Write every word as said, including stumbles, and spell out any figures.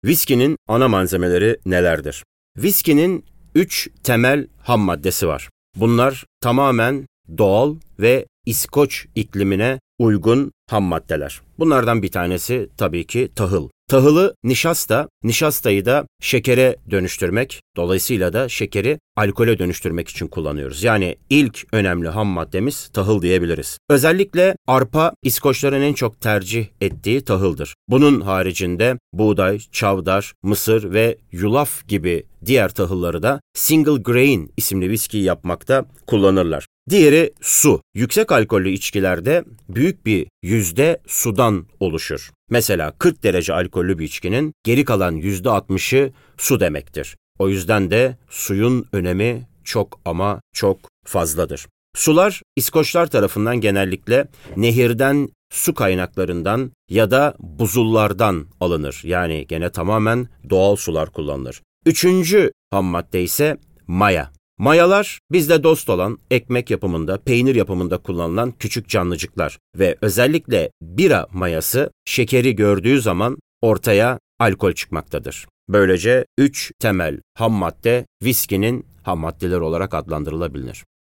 Viskinin ana malzemeleri nelerdir? Viskinin üç temel ham maddesi var. Bunlar tamamen doğal ve İskoç iklimine uygun ham maddeler. Bunlardan bir tanesi tabii ki tahıl. Tahılı nişasta, nişastayı da şekere dönüştürmek, dolayısıyla da şekeri alkole dönüştürmek için kullanıyoruz. Yani ilk önemli ham maddemiz tahıl diyebiliriz. Özellikle arpa İskoçların en çok tercih ettiği tahıldır. Bunun haricinde buğday, çavdar, mısır ve yulaf gibi diğer tahılları da single grain isimli viskiyi yapmakta kullanırlar. Diğeri su. Yüksek alkollü içkilerde büyük bir yüzde sudan oluşur. Mesela kırk derece alkollü bir içkinin geri kalan yüzde altmışı su demektir. O yüzden de suyun önemi çok ama çok fazladır. Sular İskoçlar tarafından genellikle nehirden, su kaynaklarından ya da buzullardan alınır. Yani gene tamamen doğal sular kullanılır. Üçüncü ham madde ise maya. Mayalar bizde dost olan ekmek yapımında, peynir yapımında kullanılan küçük canlıcıklar ve özellikle bira mayası şekeri gördüğü zaman ortaya alkol çıkmaktadır. Böylece üç temel ham madde viskinin ham maddeleri olarak adlandırılabilir.